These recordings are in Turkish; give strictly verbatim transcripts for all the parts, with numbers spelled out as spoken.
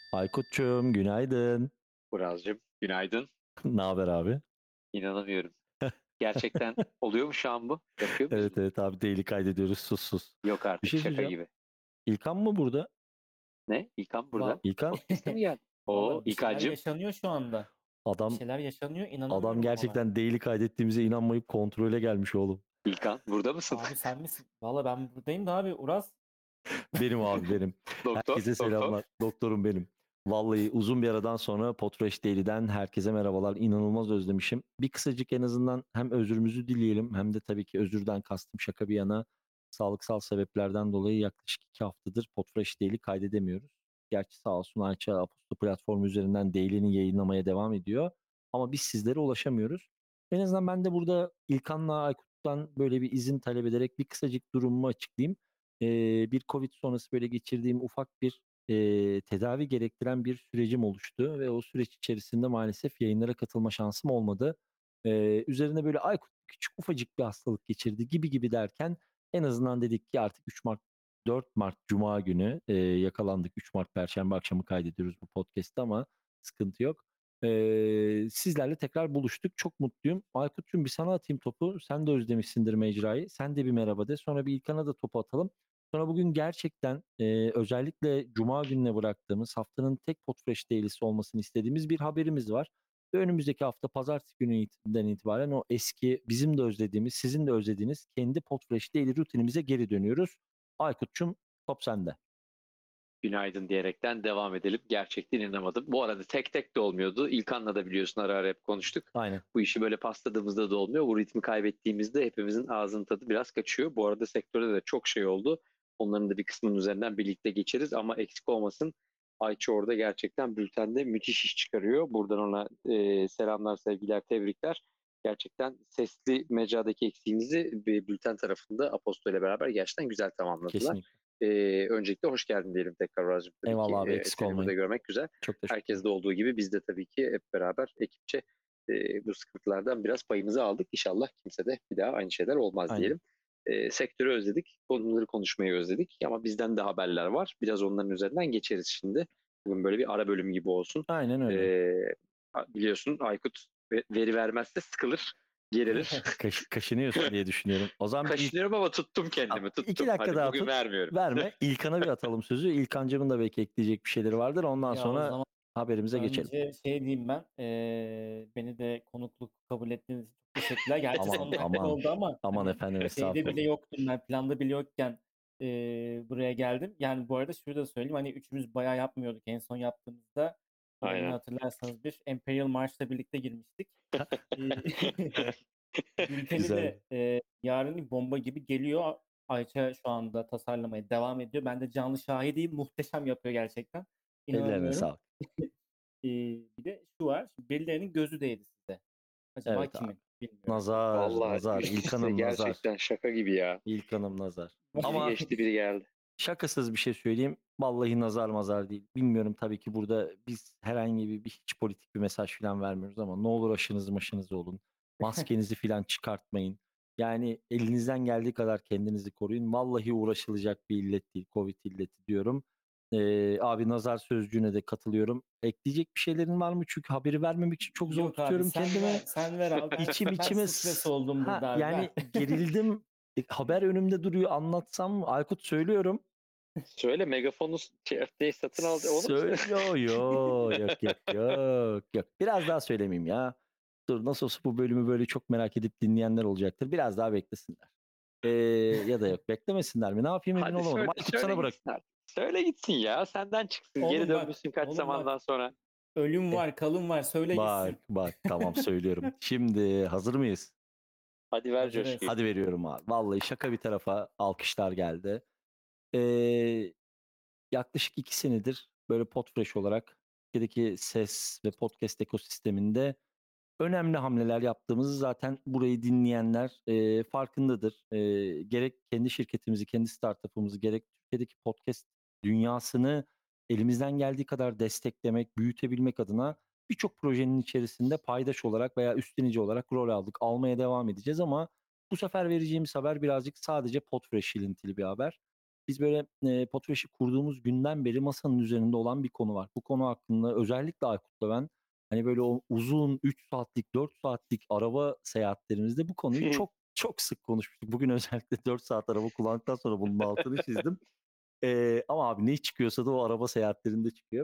Aykut'cum günaydın. Buracığım, günaydın. Ne haber abi? İnanamıyorum. Gerçekten oluyor mu şu an bu? Yapıyor muyuz Evet bunu? evet abi daily kaydediyoruz sus sus. Yok Bir artık şey şaka söyleyeceğim. gibi. İlkan mı burada? Ne? İlkan burada. Va İlkan Podcast'e mi geldi? Oo, Valla bir şeyler İlkancığım. yaşanıyor şu anda. Bir adam şeyler yaşanıyor, adam inanamıyorum ona. gerçekten daily kaydettiğimize inanmayıp kontrole gelmiş oğlum. İlkan burada mısın? Abi sen misin? Valla ben buradayım da abi Uraz. Benim abi benim. Doktor, Herkese doktor. selamlar. Doktorum benim. Vallahi uzun bir aradan sonra Podfresh Daily'den herkese merhabalar. İnanılmaz özlemişim. Bir kısacık en azından hem özrümüzü dileyelim hem de tabii ki özürden kastım şaka bir yana sağlıksal sebeplerden dolayı yaklaşık iki haftadır Podfresh Daily kaydedemiyoruz. Gerçi sağ olsun Ayça Aposto platformu üzerinden Daily'nin yayınlamaya devam ediyor. Ama biz sizlere ulaşamıyoruz. En azından ben de burada İlkan'la Aykut'tan böyle bir izin talep ederek bir kısacık durumumu açıklayayım. Ee, bir Covid sonrası böyle geçirdiğim ufak bir e, tedavi gerektiren bir sürecim oluştu ve o süreç içerisinde maalesef yayınlara katılma şansım olmadı. Ee, üzerine böyle Aykut küçük ufacık bir hastalık geçirdi gibi gibi derken en azından dedik ki artık üç Mart dört Mart Cuma günü e, yakalandık. üç Mart Perşembe akşamı kaydediyoruz bu podcast'ı ama sıkıntı yok. Ee, sizlerle tekrar buluştuk. Çok mutluyum. Aykut'cum bir sana atayım topu. Sen de özlemişsindir mecrayı. Sen de bir merhaba de. Sonra bir İlkan'a da topu atalım. Sonra bugün gerçekten e, özellikle Cuma gününe bıraktığımız haftanın tek Podfresh Daily'si olmasını istediğimiz bir haberimiz var. Ve önümüzdeki hafta pazartesi gününden itibaren o eski bizim de özlediğimiz, sizin de özlediğiniz kendi Podfresh Daily rutinimize geri dönüyoruz. Aykut'cum top sende. Günaydın diyerekten devam edelim. Gerçekten inanamadım. Bu arada tek tek de olmuyordu. İlkan'la da biliyorsun ara ara hep konuştuk. Aynen. Bu işi böyle pasladığımızda da olmuyor. Bu ritmi kaybettiğimizde hepimizin ağzının tadı biraz kaçıyor. Bu arada sektörde de çok şey oldu. Onların da bir kısmının üzerinden birlikte geçeriz ama eksik olmasın. Ayça orada gerçekten bültende müthiş iş çıkarıyor. Buradan ona e, selamlar, sevgiler, tebrikler. Gerçekten sesli mecradaki eksiğimizi bir bülten tarafında Aposto ile beraber gerçekten güzel tamamladılar. Kesinlikle. Ee, öncelikle hoş geldin diyelim tekrar Razım. Tabii ki Eyvallah abi e, eksik seni burada olmayın. görmek güzel. Çok teşekkür ederim. Herkeste olduğu gibi biz de tabii ki hep beraber ekipçe e, bu sıkıntılardan biraz payımızı aldık. İnşallah kimse de bir daha aynı şeyler olmaz Aynen. diyelim. E, sektörü özledik, konuları konuşmayı özledik ama bizden de haberler var. Biraz onların üzerinden geçeriz şimdi. Bugün böyle bir ara bölüm gibi olsun. Aynen öyle. E, biliyorsun Aykut veri vermezse sıkılır, gerilir. Kaş, kaşınıyorsun diye düşünüyorum. O zaman bir ilk, Kaşınıyorum ama tuttum kendimi, tuttum. iki dakika Hadi daha bugün tut. vermiyorum. Verme. İlkan'a bir atalım sözü. İlkancığımın da belki ekleyecek bir şeyleri vardır. Ondan Ya o sonra zaman haberimize geçelim. önce şey diyeyim ben. eee, beni de konukluk kabul ettiğiniz için çok teşekkürler. Gerçi Aman son dakika aman oldu ama aman hani efendim şeyde estağfurullah. bile yoktum ben. Planda bile yokken eee, buraya geldim. Yani bu arada şunu da söyleyeyim. Hani üçümüz bayağı yapmıyorduk. En son yaptığımızda yayını Aynen. hatırlarsanız bir Imperial March'la birlikte girmiştik. Eee, Bülteni Güzel. de e, yarın bomba gibi geliyor. Ayça şu anda tasarlamaya devam ediyor. Ben de canlı şahidiyim. Muhteşem yapıyor gerçekten. Ellerine İnanamıyorum. sağlık. E, bir de şu var. Şimdi birilerinin gözü değdi size. Acaba Evet abi. kimin? Bilmiyorum. Nazar, Vallahi nazar. üst üste İlkan'ım nazar. gerçekten şaka gibi ya. İlkan'ım nazar. Biri Ama geçti biri geldi. şakasız bir şey söyleyeyim. Vallahi nazar mazar değil. Bilmiyorum tabii ki burada biz herhangi bir, bir hiç politik bir mesaj falan vermiyoruz ama ne olur aşınız maşınız olun. Maskenizi falan çıkartmayın. Yani elinizden geldiği kadar kendinizi koruyun. Vallahi uğraşılacak bir illet değil. Covid illeti diyorum. Ee, abi nazar sözcüğüne de katılıyorum. Ekleyecek bir şeylerin var mı? Çünkü haberi vermemek için çok zor Yok abi tutuyorum sen kendimi. ver, sen ver abi. Ben, İçim ben içime stres s- oldum ha burada abi. yani Ver. gerildim. E, haber önümde duruyor. Anlatsam mı? Aykut söylüyorum. Söyle megafonu T F T'yi satın aldı. Olur mu? Söylüyor yok yok yok yok yok. Biraz daha söylemeyeyim ya. Dur nasıl olsa bu bölümü böyle çok merak edip dinleyenler olacaktır. Biraz daha beklesinler. Ee, ya da yok beklemesinler mi? Ne yapayım emin Hadi olamadım. söyle, Aykut söyle sana bırak. gitsin artık. Söyle gitsin ya. Senden çıksın. Geri Oğlum bak. dönmüşsün kaç Oğlum bak. zamandan sonra. Ölüm Eh, var, kalım var. Söyle bak gitsin. bak tamam söylüyorum. Şimdi hazır mıyız? Hadi ver coşkuyu. Hazırız. Hadi veriyorum abi. Vallahi şaka bir tarafa alkışlar geldi. Ee, yaklaşık iki senedir böyle Podfresh olarak Türkiye'deki ses ve podcast ekosisteminde önemli hamleler yaptığımızı zaten burayı dinleyenler e, farkındadır. E, gerek kendi şirketimizi, kendi startup'ımızı, gerek Türkiye'deki podcast dünyasını elimizden geldiği kadar desteklemek, büyütebilmek adına birçok projenin içerisinde paydaş olarak veya üstlenici olarak rol aldık. Almaya devam edeceğiz ama bu sefer vereceğimiz haber birazcık sadece Podfresh ilintili bir haber. biz böyle, eee, Podfresh'i kurduğumuz günden beri masanın üzerinde olan bir konu var. Bu konu hakkında özellikle Aykut'la ben, hani, böyle o uzun üç saatlik, dört saatlik araba seyahatlerimizde bu konuyu çok çok sık konuşmuştuk. Bugün özellikle dört saat araba kullandıktan sonra bunun altını çizdim. Eee, ama abi ne çıkıyorsa da o araba seyahatlerinde çıkıyor.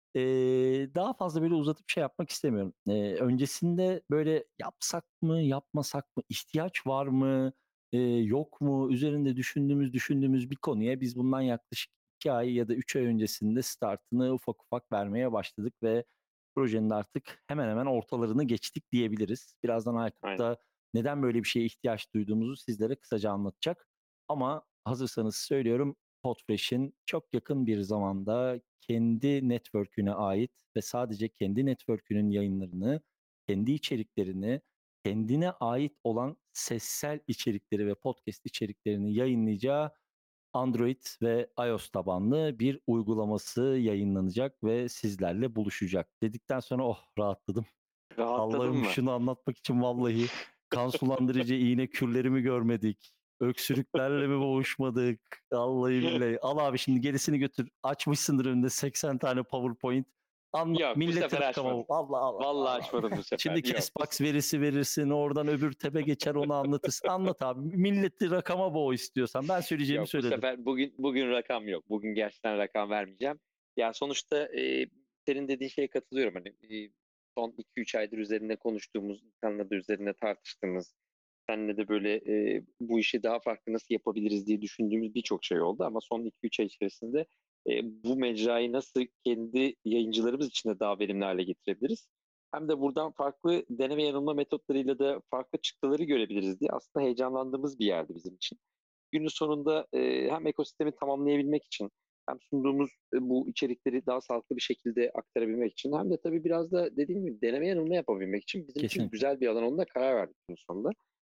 Eee, daha fazla böyle uzatıp şey yapmak istemiyorum. Eee, öncesinde böyle yapsak mı, yapmasak mı, ihtiyaç var mı, eee, yok mu, üzerinde düşündüğümüz düşündüğümüz bir konuya biz bundan yaklaşık iki ay ya da üç ay öncesinde startını ufak ufak vermeye başladık ve projenin de artık hemen hemen ortalarını geçtik diyebiliriz. Birazdan Aykut Aynen. da neden böyle bir şeye ihtiyaç duyduğumuzu sizlere kısaca anlatacak. Ama hazırsanız söylüyorum, Podfresh'in çok yakın bir zamanda kendi network'üne ait ve sadece kendi network'ünün yayınlarını, kendi içeriklerini, kendine ait olan sessel içerikleri ve podcast içeriklerini yayınlayacağı Android ve iOS tabanlı bir uygulaması yayınlanacak ve sizlerle buluşacak dedikten sonra oh rahatladım. Rahatladın Allah'ım mı? şunu anlatmak için vallahi kan sulandırıcı iğne kürlerimi görmedik. Öksürüklerle mi boğuşmadık? Vallahi billahi. Al abi şimdi gerisini götür. Açmışsındır önünde seksen tane PowerPoint. Anlat Yok, bu milleti sefer rakama. açmadım. Allah Allah Vallahi Allah. açmadım bu sefer. Şimdi Yok. Bu, Castbox verisi verirsin. Oradan öbür tepe geçer onu anlatırsın. Anlat abi. Milleti rakama boğ istiyorsan. Ben söyleyeceğimi yok bu söyledim. sefer bugün bugün rakam yok. Bugün gerçekten rakam vermeyeceğim. Ya sonuçta e, senin dediğin şeye katılıyorum. Hani e, son iki üç aydır üzerine konuştuğumuz, insanla da üzerine tartıştığımız, seninle de böyle e, bu işi daha farklı nasıl yapabiliriz diye düşündüğümüz birçok şey oldu. Ama son iki üç ay içerisinde e, bu mecrayı nasıl kendi yayıncılarımız için de daha verimli hale getirebiliriz? Hem de buradan farklı deneme yanılma metotlarıyla da farklı çıktıları görebiliriz diye aslında heyecanlandığımız bir yerdi bizim için. Günün sonunda e, hem ekosistemi tamamlayabilmek için hem sunduğumuz e, bu içerikleri daha sağlıklı bir şekilde aktarabilmek için hem de tabii biraz da dediğim gibi deneme yanılma yapabilmek için bizim için Kesinlikle. güzel bir alan olduğuna karar verdik günün sonunda.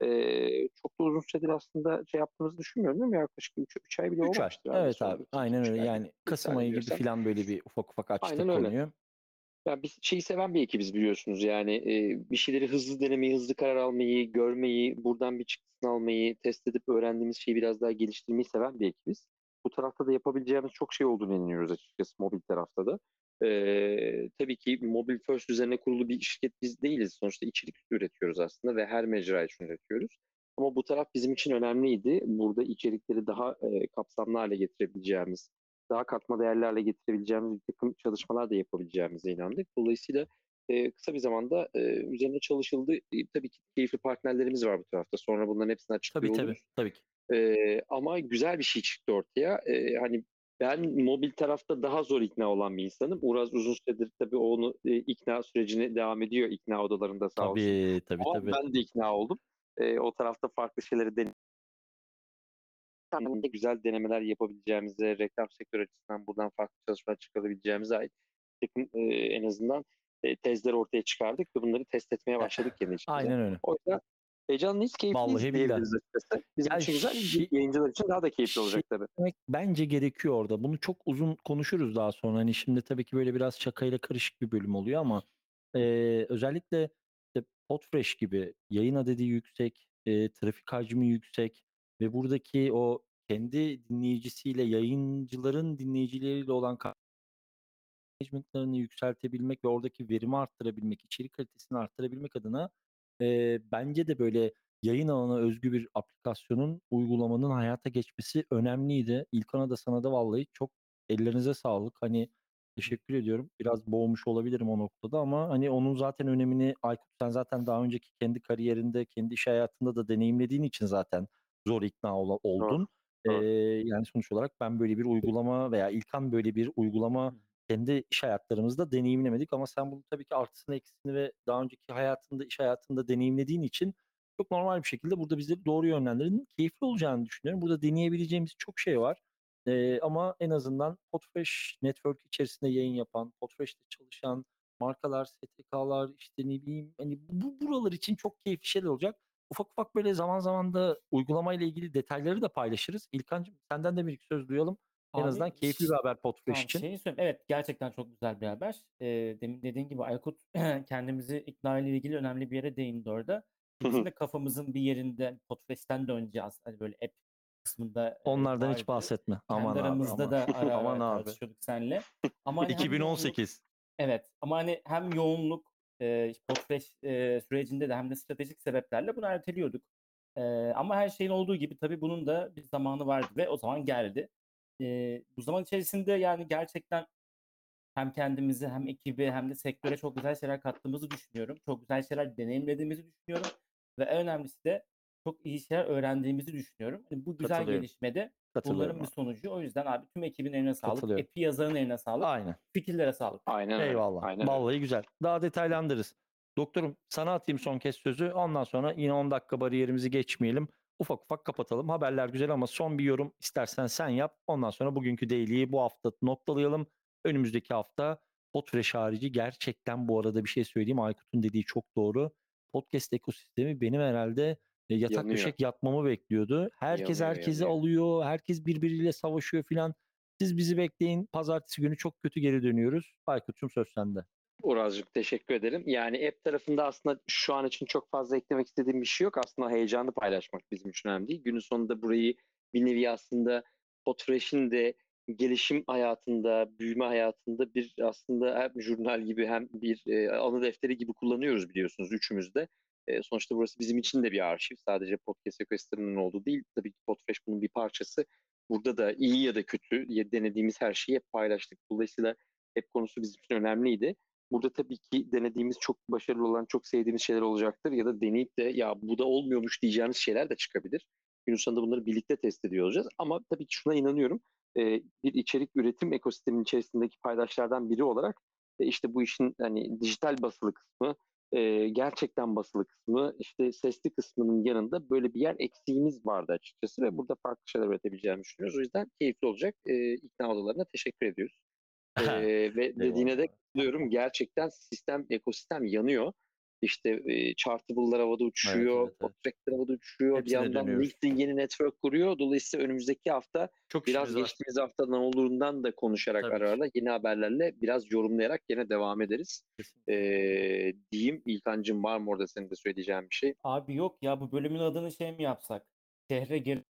E, çok da uzun süredir aslında şey yaptığımızı düşünmüyorum değil mi? Yaklaşık üç ay bile üç ay. olmamıştır herhalde Evet abi. son iki Aynen üç öyle. aydır. Yani Bir Kasım ayı gibi zannediyorsam. falan böyle bir ufak ufak Aynen açtık öyle. konuyu. Ya biz şeyi seven bir ekibiz biliyorsunuz yani e, bir şeyleri hızlı denemeyi, hızlı karar almayı, görmeyi, buradan bir çıktısını almayı, test edip öğrendiğimiz şeyi biraz daha geliştirmeyi seven bir ekibiz. Bu tarafta da yapabileceğimiz çok şey olduğunu inanıyoruz açıkçası mobil tarafta da. E, tabii ki mobil first üzerine kurulu bir şirket biz değiliz. Sonuçta içerik üretiyoruz aslında ve her mecra için üretiyoruz. Ama bu taraf bizim için önemliydi. Burada içerikleri daha e, kapsamlı hale getirebileceğimiz, daha katma değerlerle getirebileceğimiz bir takım çalışmalar da yapabileceğimize inandık. Dolayısıyla e, kısa bir zamanda e, üzerine çalışıldı. E, tabii ki keyifli partnerlerimiz var bu tarafta. Sonra bunların hepsini Tabii açıklıyor tabii. oluruz. Tabii ki. E, ama güzel bir şey çıktı ortaya. E, hani ben mobil tarafta daha zor ikna olan bir insanım. Uraz uzun süredir tabii onu e, ikna sürecini devam ediyor. İkna odalarında sağ olsun. Tabii tabii Ama tabii. ben de ikna oldum. E, o tarafta farklı şeyleri deneyim anlamında güzel denemeler yapabileceğimize, reklam sektörü açısından buradan farklı çalışmalar çıkarabileceğimize ait bir takım e, en azından e, tezler ortaya çıkardık ve bunları test etmeye Eh, başladık kendi içimizde. aynen öyle. O yüzden heyecanlıyız, keyifliyiz Vallahi billahi. diyebiliriz açıkçası. Bizim Ya için güzel, şi yayıncılar için daha da keyifli şey olacak tabii. demek bence gerekiyor orada. Bunu çok uzun konuşuruz daha sonra. Hani şimdi tabii ki böyle biraz şakayla karışık bir bölüm oluyor ama eee, özellikle işte Podfresh gibi yayın adedi yüksek, eee, trafik hacmi yüksek ve buradaki o kendi dinleyicisiyle yayıncıların dinleyicileriyle olan management'larını yükseltebilmek ve oradaki verimi arttırabilmek, içerik kalitesini arttırabilmek adına eee, bence de böyle yayın ağına özgü bir aplikasyonun, uygulamanın hayata geçmesi önemliydi. İlkan'a da sana da vallahi çok ellerinize sağlık. Hani teşekkür ediyorum. Biraz boğmuş olabilirim o noktada ama hani onun zaten önemini Aykut sen zaten daha önceki kendi kariyerinde, kendi iş hayatında da deneyimlediğin için zaten zor ikna ola- Doğru, oldun. Eee, doğru. yani sonuç olarak ben böyle bir uygulama veya İlkan böyle bir uygulama kendi iş hayatlarımızda deneyimlemedik ama sen bunu tabii ki artısını eksisini ve daha önceki hayatında, iş hayatında deneyimlediğin için çok normal bir şekilde burada bizleri doğru yönlendirdin. Keyifli olacağını düşünüyorum. Burada deneyebileceğimiz çok şey var. Eee, ama en azından Podfresh Network içerisinde yayın yapan, Podfresh'te çalışan markalar, S T K'lar, işte ne bileyim hani bu buralar için çok keyifli şeyler olacak. Ufak ufak böyle zaman zaman da uygulamayla ilgili detayları da paylaşırız. İlkancığım senden de bir iki söz duyalım. En azından Abi keyifli bir ş haber Podfresh tamam için. şeyi söyleyeyim. Evet, gerçekten çok güzel bir haber. Eee, demin dediğin gibi Aykut kendimizi ikna ile ilgili önemli bir yere değindi orada. Ki bizim de kafamızın bir yerinde Podfresh'ten de önce aslında hani böyle app kısmında e, Onlardan hiç vardı. bahsetme. Aman Kendi abi, aramızda aman. da ara Aman ara abi. tartışıyorduk seninle. Ama hani hem yoğunluk, iki bin on sekiz. evet ama hani hem yoğunluk e, Podfresh e, sürecinde de hem de stratejik sebeplerle bunu erteliyorduk. E, ama her şeyin olduğu gibi tabii bunun da bir zamanı vardı ve o zaman geldi. E, bu zaman içerisinde yani gerçekten hem kendimizi hem ekibi hem de sektöre çok güzel şeyler kattığımızı düşünüyorum. Çok güzel şeyler deneyimlediğimizi düşünüyorum. Ve en önemlisi de çok iyi şeyler öğrendiğimizi düşünüyorum. Hani bu güzel Katılıyorum. gelişmede Katılıyorum bunların bir abi. sonucu. O yüzden abi tüm ekibin eline sağlık. Katılıyorum. Epi yazarın eline sağlık. Aynen. Fikirlere sağlık. Aynen öyle. Eyvallah. Aynen öyle. Vallahi güzel. Daha detaylandırırız. Doktorum sana atayım son kez sözü. Ondan sonra yine on dakika bariyerimizi geçmeyelim. Ufak ufak kapatalım. Haberler güzel ama son bir yorum istersen sen yap. Ondan sonra bugünkü daily'yi bu hafta noktalayalım. Önümüzdeki hafta Podfresh harici gerçekten bu arada bir şey söyleyeyim. Aykut'un dediği çok doğru. Podcast ekosistemi benim herhalde e, yatak Yanıyor. döşek yatmamı bekliyordu. Herkes Yanıyor, herkesi yanıyor. alıyor. Herkes birbiriyle savaşıyor filan. Siz bizi bekleyin. Pazartesi günü çok kötü geri dönüyoruz. Aykut'cum söz sende. Urazcığım teşekkür ederim. Yani app tarafında aslında şu an için çok fazla eklemek istediğim bir şey yok. Aslında heyecanı paylaşmak bizim için önemli değil. Günün sonunda burayı bir nevi aslında Podfresh'in de gelişim hayatında, büyüme hayatında bir aslında hem jurnal gibi hem bir e, anı defteri gibi kullanıyoruz biliyorsunuz üçümüz de. E, sonuçta burası bizim için de bir arşiv. Sadece podcast ekosisteminin olduğu değil. Tabii ki Podfresh bunun bir parçası. Burada da iyi ya da kötü ya denediğimiz her şeyi hep paylaştık. Dolayısıyla app konusu bizim için önemliydi. Burada tabii ki denediğimiz çok başarılı olan, çok sevdiğimiz şeyler olacaktır. Ya da deneyip de ya bu da olmuyormuş diyeceğimiz şeyler de çıkabilir. Günün sonunda bunları birlikte test ediyor olacağız. Ama tabii ki şuna inanıyorum. E, bir içerik üretim ekosisteminin içerisindeki paydaşlardan biri olarak e, işte bu işin hani dijital basılı kısmı, e, gerçekten basılı kısmı, işte sesli kısmının yanında böyle bir yer eksiğimiz vardı açıkçası ve burada farklı şeyler üretebileceğimizi düşünüyoruz. O yüzden keyifli olacak. E, ikna odalarına teşekkür ediyoruz. Ee, ve dediğine de Eyvallah. katılıyorum. Gerçekten sistem, ekosistem yanıyor. İşte e, Chartable'lar havada Evet, uçuşuyor, evet, evet. Podtrack'ler havada uçuşuyor. Bir Hepsine yandan dönüyoruz. LinkedIn yeni network kuruyor. Dolayısıyla önümüzdeki hafta Çok biraz işimiz var. geçtiğimiz hafta ne olduğundan da konuşarak Tabii ara ki. ara yeni haberlerle biraz yorumlayarak yine devam ederiz. Kesinlikle. Ee, diyeyim. İlkancığım var mı orada senin de söyleyeceğin bir şey? Abi yok ya bu bölümün adını şey mi yapsak? Şehre geri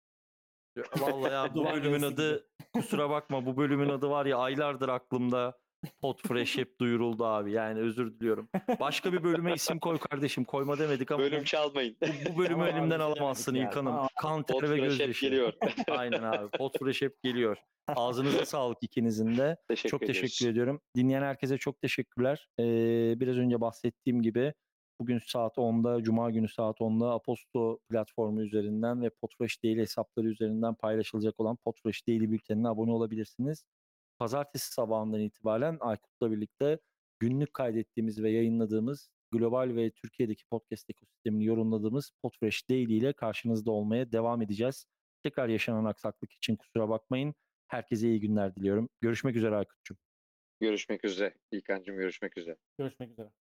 Vallahi ya bu duvar bölümün yarısı gibi. adı kusura bakma bu bölümün adı var ya aylardır aklımda. Podfresh hep duyuruldu abi. Yani özür diliyorum. Başka bir bölüme isim koy kardeşim. Koyma demedik ama Bölüm bu, çalmayın. bu, bu bölümü Tamam abi elimden bir şey alamazsın demedik ya. İlkan'ım. Tamam. Kan, ter ve Podfresh hep gözyaşı. geliyor. Aynen abi. Podfresh hep geliyor. Ağzınıza sağlık ikinizin de. Teşekkür Çok teşekkür ediyoruz. ediyorum. Dinleyen herkese çok teşekkürler. Ee, biraz önce bahsettiğim gibi bugün saat onda, Cuma günü saat onda Aposto platformu üzerinden ve Podfresh Daily hesapları üzerinden paylaşılacak olan Podfresh Daily bültenine abone olabilirsiniz. Pazartesi sabahından itibaren Aykut'la birlikte günlük kaydettiğimiz ve yayınladığımız global ve Türkiye'deki podcast ekosistemini yorumladığımız Podfresh Daily ile karşınızda olmaya devam edeceğiz. Tekrar yaşanan aksaklık için kusura bakmayın. Herkese iyi günler diliyorum. Görüşmek üzere Aykut'cum. Görüşmek üzere. İlkancığım görüşmek üzere. Görüşmek üzere.